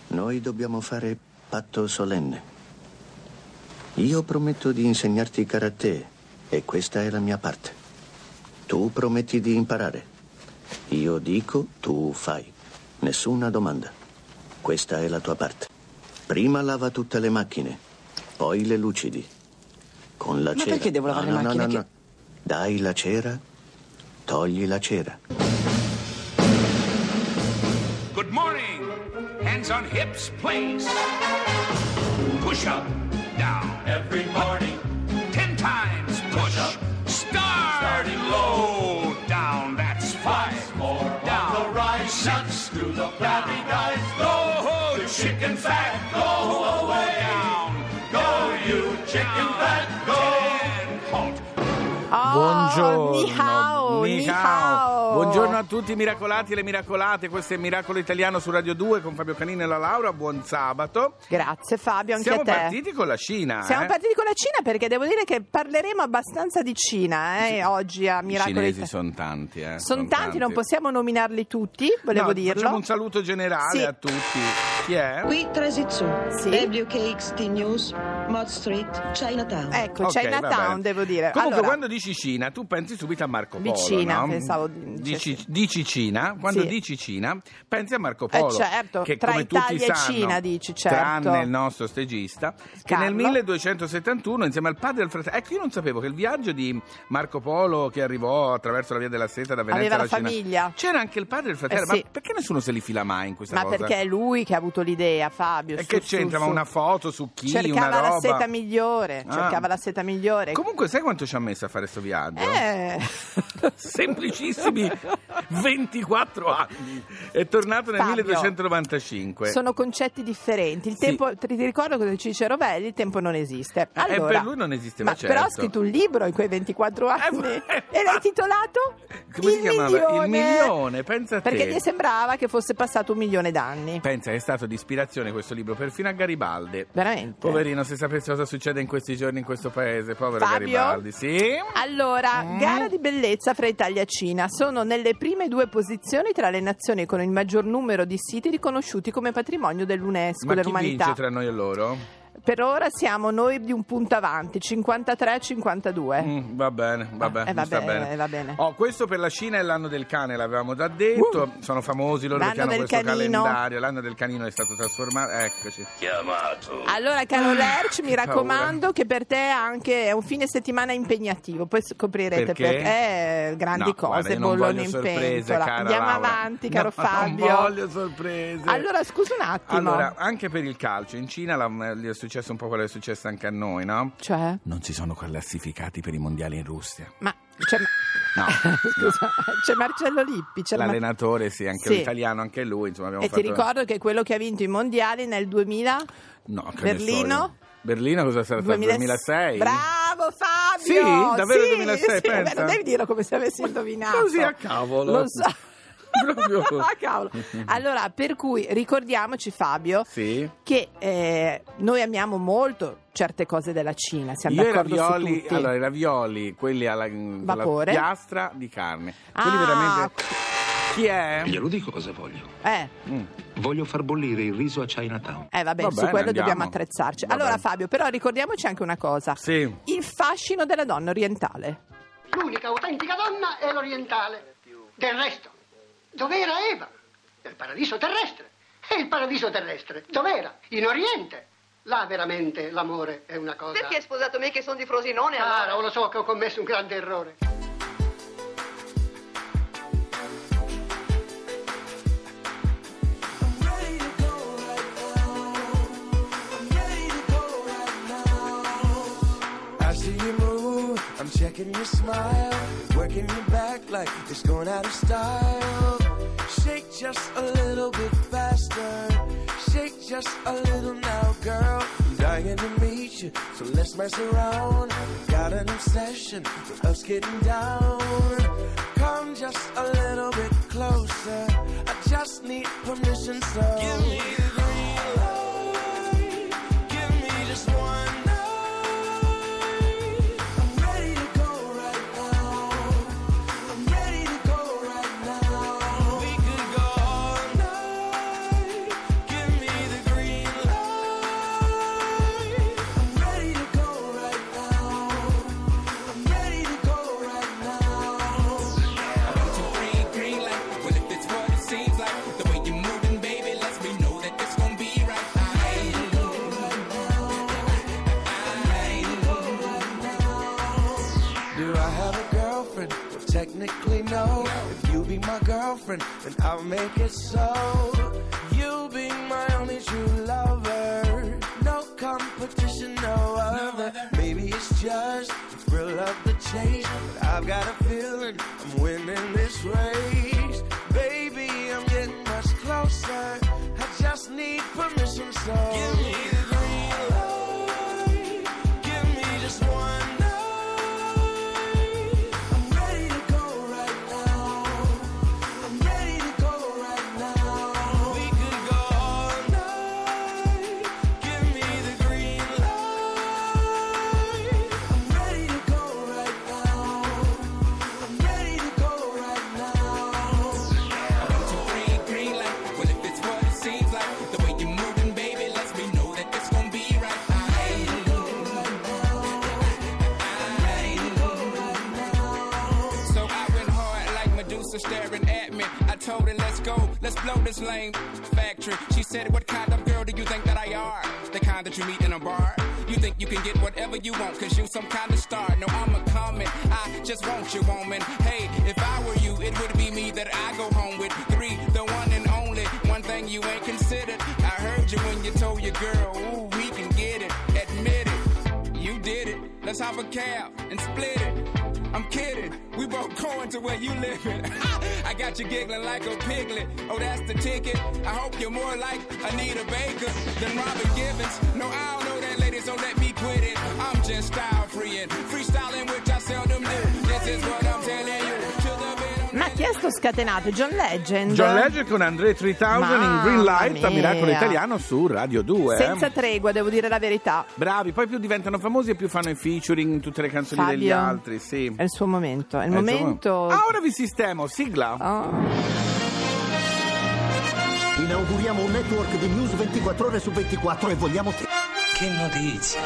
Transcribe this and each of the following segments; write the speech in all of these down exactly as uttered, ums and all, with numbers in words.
Noi dobbiamo fare patto solenne. Io prometto di insegnarti karate e questa è la mia parte. Tu prometti di imparare. Io dico, tu fai. Nessuna domanda. Questa è la tua parte. Prima lava tutte le macchine, poi le lucidi. Con la Ma cera. perché devo lavare no, le no, macchine? No, no, che... no. Dai la cera, togli la cera. Good morning. Hands on hips, please. Push up, down. Every morning. Ten times push up. Start. Starting low. Down, that's five. More down. On the rise. Six. To the flabby guys. Go, you chicken fat. Go away. Down. Go, you chicken fat. Go. Ten. Halt. Oh, Buongiorno, ni hao, ni ni hao. hao. Buongiorno a tutti i miracolati e le miracolate. Questo è Miracolo Italiano su Radio due con Fabio Canini e la Laura. Buon sabato. Grazie Fabio, anche Siamo a te. Siamo partiti con la Cina. Siamo eh? partiti con la Cina perché devo dire che parleremo abbastanza di Cina eh, oggi a Miracolo I cinesi Italiano. sono tanti. Eh, Sono son tanti, tanti, non possiamo nominarli tutti, volevo no, dirlo. Facciamo un saluto generale sì. a tutti. Chi è? Qui Tresizzu, Sì. W K X T News, Mod Street, Chinatown. Ecco, Ok, va Chinatown bene. devo dire. Comunque allora, quando dici Cina tu pensi subito a Marco Polo, Vicina, no? pensavo di- dici, sì. dici Cina, quando Sì. dici Cina pensi a Marco Polo, Eh, certo, che tra come Italia tutti e sanno, Cina, dici, certo. tranne il nostro stagista, che Carlo. nel milleduecentosettantuno insieme al padre e al fratello, ecco io non sapevo che il viaggio di Marco Polo che arrivò attraverso la via della seta da Venezia Aveva alla la Cina, famiglia. c'era anche il padre e il fratello, Eh, sì. ma perché nessuno se li fila mai in questa ma cosa? perché è lui che ha avuto l'idea, Fabio. E su, che su, c'entra? Ma su. una foto su chi, Cercava una roba? la seta migliore, Ah. cercava la seta migliore. Comunque sai quanto ci ha messo a fare questo viaggio? Eh. Semplicissimi ventiquattro anni. È tornato nel Fabio, milleduecentonovantacinque. Sono concetti differenti. Il Sì. tempo, ti, ti ricordo che Cicero Rovelli, il tempo non esiste. Eh, Allora, per lui non esisteva, ma certo. però ha scritto un libro in quei ventiquattro anni Eh, e l'hai titolato Come si Il chiamava? Milione. Il Milione, pensa a te. Perché gli sembrava che fosse passato un milione d'anni. Pensa che è stato di ispirazione questo libro perfino a Garibaldi. Veramente? Poverino, se sapesse cosa succede in questi giorni in questo paese, povero Fabio? Garibaldi. Sì. Allora, Mm. gara di bellezza fra Italia e Cina. Sono nelle prime due posizioni tra le nazioni con il maggior numero di siti riconosciuti come patrimonio dell'UNESCO, Ma chi dell'umanità. vince tra noi e loro? Per ora siamo noi di un punto avanti, cinquantatré a cinquantadue. Mm, va bene, vabbè, Eh, mi sta vabbè, bene. eh, va bene. Oh, questo per la Cina è l'anno del cane, l'avevamo già detto. Uh, Sono famosi loro l'anno che hanno del questo canino. calendario. L'anno del canino è stato trasformato. Eccoci. Chiamato. Allora, caro Lerch, mi che raccomando paura. che per te anche è un fine settimana impegnativo. Poi scoprirete Perché? perché. Eh, grandi No, cose, guarda, io non bollone voglio in sorprese, pentola. cara Andiamo Laura. avanti, caro No, Fabio. Non voglio sorprese. Allora, scusa un attimo. Allora, anche per il calcio, in Cina la- gli è successo un po' quello che è successo anche a noi, no? Cioè? Non si sono classificati per i mondiali in Russia. Ma c'è, No. scusa, c'è Marcello Lippi. C'è Mar- L'allenatore, sì, anche Sì. l'italiano, anche lui. Insomma, abbiamo E fatto... ti ricordo che quello che ha vinto i mondiali nel duemila? No, che ne so Berlino? io. Berlino cosa sarà stato? duemila duemilasei? Bravo Fabio! Sì? Davvero Sì, duemilasei, sì, pensa? vabbè, non devi dirlo come se avessi indovinato. Così a cavolo. Lo so. Proprio. Ah, cavolo. Allora, per cui ricordiamoci, Fabio, Sì. che eh, noi amiamo molto certe cose della Cina, siamo Io i d'accordo ravioli, su tutti. allora i ravioli, quelli alla, con la Vapore? piastra di carne. Quelli Ah, veramente. Chi è? Glielo dico cosa voglio. Eh, Mm. Voglio far bollire il riso a Chinatown. eh vabbè, Va su bene, quello andiamo. dobbiamo attrezzarci. Va Allora, bene. Fabio, però ricordiamoci anche una cosa. Sì. Il fascino della donna orientale. L'unica autentica donna è l'orientale. Del resto, dov'era Eva? Nel paradiso terrestre. E il paradiso terrestre, dov'era? In Oriente. Là veramente l'amore è una cosa... Perché hai sposato me che sono di Frosinone allora? Ah, no, lo so che ho commesso un grande errore. I see you move, I'm checking your smile, working your back like it's going out of style. Shake just a little bit faster, shake just a little now, girl. I'm dying to meet you, so let's mess around. Got an obsession with us getting down. Come just a little bit closer, I just need permission, so give me the green light, give me just one night. I'm ready to go right now, I'm ready to go right now. We could go all night, give me the different, then I'll make it so. You be my only true lover. No competition, no other. Maybe it's just the thrill of the chase, but I've got a feeling I'm winning this race. Baby, I'm getting much closer. I just need permission, so give me the green light. Give me just one night. I'm ready to go right now. I'm ready to go right now. We could go all night. Give me the green light. I'm ready to go right now. I'm ready to go right now. Green, green light. Well, if it's what it seems like, the way you're moving, baby, lets me know that it's gonna be right. So I went hard like Medusa staring at me. I told her, let's go, let's blow this lame factory. She said, what kind of girl do you think that I are? The kind that you meet in a bar? You think you can get whatever you want, cause you some kind of star. No, I'm a coming, I just want you, woman. Hey, if I were you, it would be me that I go home with. Three, the one and only, one thing you ain't considered. I heard you when you told your girl, ooh, we can get it. Admit it, you did it. Let's have a cab and split it. I'm kidding, we both going to where you living. I got you giggling like a piglet. Oh, that's the ticket. I hope you're more like Anita Baker than Robin Givens. No, I don't know that lady, so let me quit it. I'm just style free and freestyling, which I seldom do. This is what I'm telling you. To the bed on Ma chi è sto scatenato? John Legend? John Legend con André tremila in Green Light a Miracolo Italiano su Radio due. Senza tregua, devo dire la verità. Bravi, poi più diventano famosi e più fanno i featuring in tutte le canzoni Fabio, degli altri. Sì. È il suo momento. È il È il momento. suo- Ah, ora vi sistemo, sigla. Oh. Inauguriamo un network di news ventiquattro ore su ventiquattro e vogliamo te. Che notizie?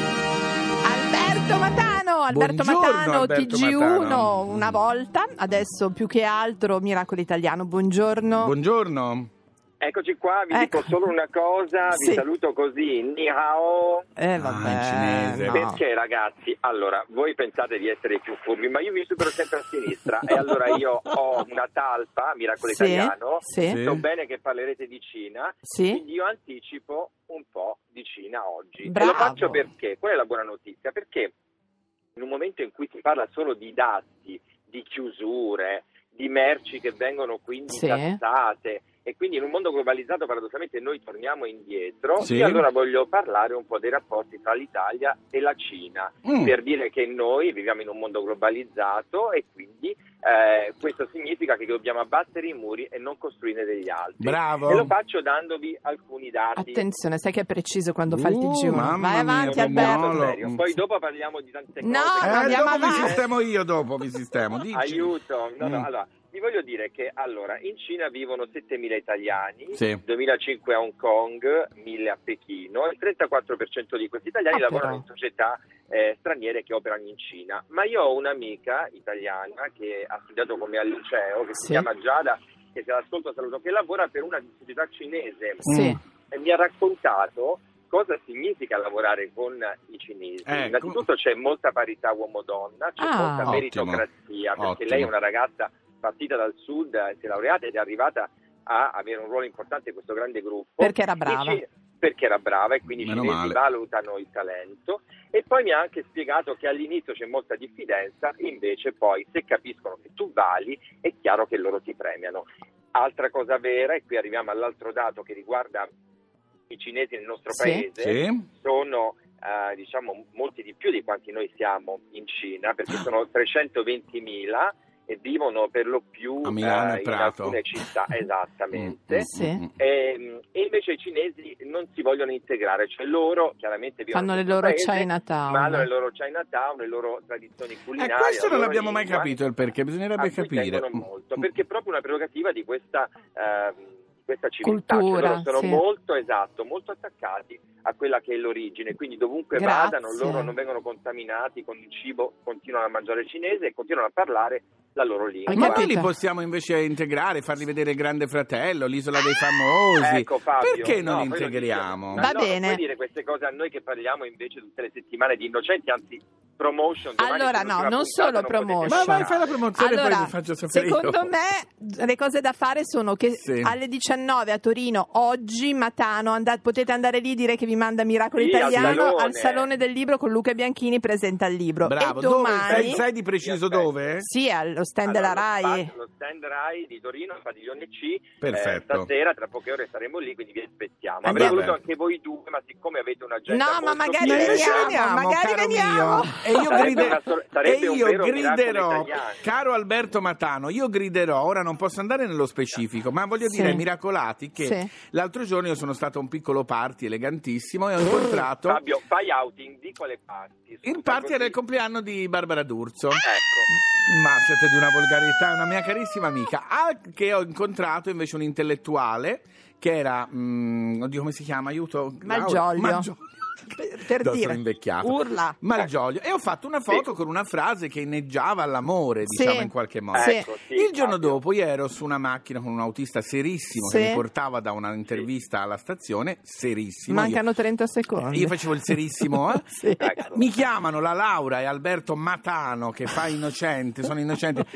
Alberto Matano, Alberto Buongiorno, Matano, Alberto T G uno Matano. una volta, adesso più che altro Miracolo Italiano. Buongiorno. Buongiorno. Eccoci qua, vi Ecco. dico solo una cosa, vi Sì. saluto così, ni hao. Eh vabbè, Ah, in cinese. no. Perché ragazzi, allora, voi pensate di essere i più furbi, ma io vi supero sempre a sinistra e allora io ho una talpa, Miracolo Sì, Italiano, sì. Sì. so bene che parlerete di Cina, Sì. quindi io anticipo un po' di Cina oggi. Bravo. E lo faccio perché? Qual è la buona notizia? Perché in un momento in cui si parla solo di dazi, di chiusure, di merci che vengono quindi Sì. tassate, e quindi in un mondo globalizzato paradossalmente noi torniamo indietro, Sì. e allora voglio parlare un po' dei rapporti tra l'Italia e la Cina, Mm. per dire che noi viviamo in un mondo globalizzato e quindi eh, questo significa che dobbiamo abbattere i muri e non costruire degli altri. Bravo. E lo faccio dandovi alcuni dati. Attenzione, sai che è preciso quando fa il Uh, T G uno. mamma Vai mia, avanti, che Alberto. molo. Serio. Poi dopo parliamo di tante cose. No, che- Eh, andiamo dopo vi avanti. sistemo io, dopo vi sistemo. Dici. Aiuto, no, no, Mm. allora, vi voglio dire che allora in Cina vivono settemila italiani, Sì. duemilacinque a Hong Kong, mille a Pechino, e il trentaquattro per cento di questi italiani Ah, lavorano però. in società eh, straniere che operano in Cina. Ma io ho un'amica italiana che ha studiato con me al liceo, che si Sì. chiama Giada, che se l'ascolto saluto, che lavora per una società cinese Sì. Mm. e mi ha raccontato cosa significa lavorare con i cinesi. Ecco. Innanzitutto c'è molta parità uomo-donna, c'è Ah. molta Ottimo. meritocrazia, perché Ottimo. lei è una ragazza partita dal sud, eh, si è laureata ed è arrivata a avere un ruolo importante in questo grande gruppo. Perché era I brava. ci- Perché era brava e quindi i Meno cinesi male. valutano il talento. E poi mi ha anche spiegato che all'inizio c'è molta diffidenza, invece poi se capiscono che tu vali è chiaro che loro ti premiano. Altra cosa vera, e qui arriviamo all'altro dato che riguarda i cinesi nel nostro Sì. paese, Sì. sono eh, diciamo molti di più di quanti noi siamo in Cina, perché sono trecentoventimila e vivono per lo più A Milano e in Prato. alcune città, esattamente. Mm, Sì. mm, mm. E, e invece i cinesi non si vogliono integrare, cioè loro chiaramente vivono Fanno in le questo loro paese, Chinatown. ma hanno le loro Chinatown, le loro tradizioni Eh, culinarie. questo la non loro l'abbiamo mai lingua, capito il perché, bisognerebbe a cui capire. tengono molto, perché è proprio una prerogativa di questa ehm, questa civiltà. Cultura, cioè, loro sono sì. molto, esatto, molto attaccati a quella che è l'origine, quindi dovunque Grazie. vadano loro non vengono contaminati con il cibo, continuano a mangiare cinese e continuano a parlare la loro lingua. Ma noi li possiamo invece integrare, farli vedere il Grande Fratello, l'Isola dei Famosi. Ecco, Fabio, perché non no, li integriamo? Ma Va no, bene. Non puoi dire queste cose a noi che parliamo invece tutte le settimane di Innocenti, anzi promotion. Domani Allora c'è no, l'ultima non puntata, solo non potete promotion. Ma vai, fai la promozione e Allora, poi ti faccio sapere secondo io. me le cose da fare sono che Sì. alle diciannove a Torino, oggi, Matano, andate, potete andare lì, dire che vi manda Miracolo Sì, al Italiano salone. al Salone del Libro con Luca Bianchini, presenta il libro. Bravo, e dove? domani Sai, sai di preciso dove? Sì, allo stand Allora, della lo RAI. sta- Lo stand RAI di Torino, il padiglione C. Perfetto. Eh, stasera, tra poche ore saremo lì, quindi vi aspettiamo. Andiamo. Avrei voluto Vabbè. anche voi due, ma siccome avete un'agenda No, ma molto magari piena- veniamo, magari caro veniamo. mio. E io, Sarebbe gride- una sol- sarebbe e un io vero miracolo griderò, italiano. caro Alberto Matano, io griderò, ora non posso andare nello specifico, ma voglio Sì. dire ai miracolati che Sì. l'altro giorno io sono stato a un piccolo party elegantissimo e ho incontrato... Fabio, fai outing, di quale party? Il Scusa, party così. era il compleanno di Barbara D'Urso. Ecco. Ma siete di una volgarità, una mia carissima amica. Ah, che ho incontrato invece un intellettuale che era, mm, oddio come si chiama, aiuto? Malgioglio. Malgioglio. Per, per No, dire, sono invecchiato. urla. Malgioglio. E ho fatto una foto Sì. con una frase che inneggiava all'amore, diciamo Sì. in qualche modo. Sì. Ecco, sì, Il giorno Fabio. dopo io ero su una macchina con un autista serissimo Sì. che mi portava da una intervista alla stazione, serissimo. Mancano Io- trenta secondi. Io facevo il serissimo, eh? Sì. Ecco. Mi chiamano la Laura e Alberto Matano che fa Innocente, sono Innocente,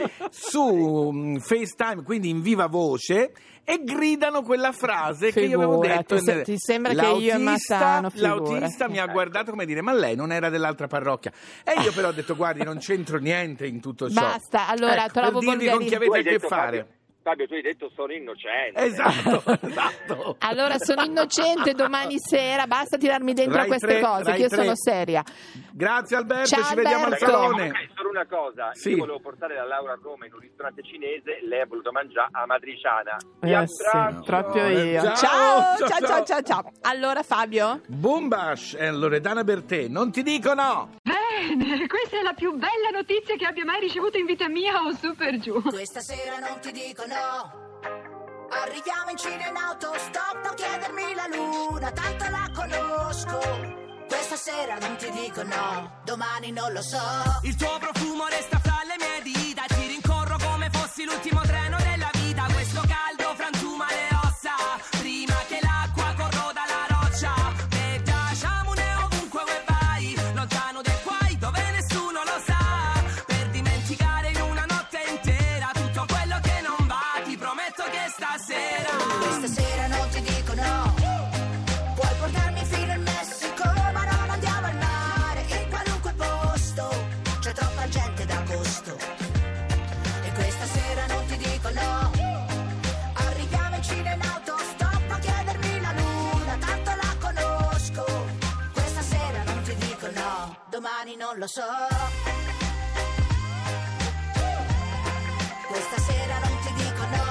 su mm, FaceTime, quindi in viva voce, e gridano quella frase che io avevo Figurati, detto. se- ti sembra che io e L'autista- Matano, figurati. L'autista mi ha guardato come dire, ma lei non era dell'altra parrocchia. E io però ho detto, guardi, non c'entro niente in tutto ciò. Basta, allora, Ecco, trovo per dirvi con chi volgarità. Tu avete hai a che detto, fare. Fabio, Fabio, tu hai detto sono innocente. Esatto, esatto. Allora sono innocente domani sera, basta tirarmi dentro Rai a queste tre, cose, Rai che io tre. sono seria. Grazie Alberto, Ciao, ci vediamo al Alberto. salone. Ok, solo una cosa, Sì. io volevo portare la Laura a Roma in un ristorante cinese, lei ha voluto mangiare a matriciana. Vi Eh sì, abbraccio. proprio io. Ciao, Ciao, ciao, ciao, ciao, ciao, ciao. Allora Fabio? Bumbash e Loredana Bertè, non ti dico no! Bene, questa è la più bella notizia che abbia mai ricevuto in vita mia o su per giù. Questa sera non ti dico no. Arriviamo in Cina in autostop, non chiedermi la luna, tanto la conosco. Questa sera non ti dico no, domani non lo so. Il tuo profumo resta fra le mie dita, ti rincorro come fossi l'ultimo treno della vita. Questo caldo frantuma le ossa, prima che l'acqua corroda la roccia. E giacciamone ovunque vuoi vai, lontano dai guai dove nessuno lo sa. Per dimenticare in una notte intera tutto quello che non va, ti prometto che stasera. Questa sera non ti dico no. Puoi portarmi fino al Messico, ma non andiamo al mare, in qualunque posto. C'è troppa gente d'agosto. E questa sera non ti dico no. Arriviamo in Cina in autostop a chiedermi la luna, tanto la conosco. Questa sera non ti dico no, domani non lo so. Questa sera non ti dico no.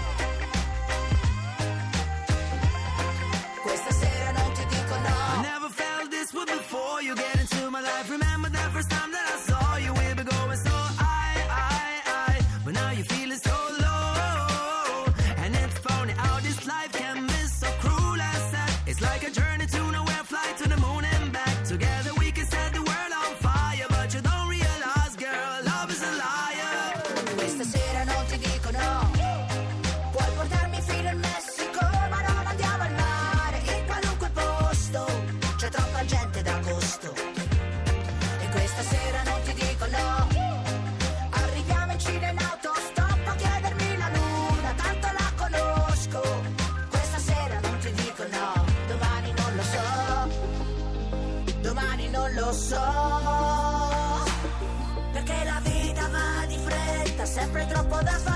Questa sera non ti dico no. I never felt this way before you get into my life. Remember the first time that I saw you, we were going so high, high, high. But now you're feeling so low. And it's funny how this life can be so cruel and sad. It's like a journey to nowhere, fly to the moon and back. Together we can set the world on fire. But you don't realize, girl, love is a liar. Questa sera non ti dico no. Puoi portarmi fino al Messico, ma non andiamo al mare, in qualunque posto. C'è troppa gente d'agosto. E questa sera non ti dico no. Arriviamo in Cina in autostop a chiedermi la luna, tanto la conosco. Questa sera non ti dico no, domani non lo so. Domani non lo so. Perché la vita va di fretta, sempre troppo da fare.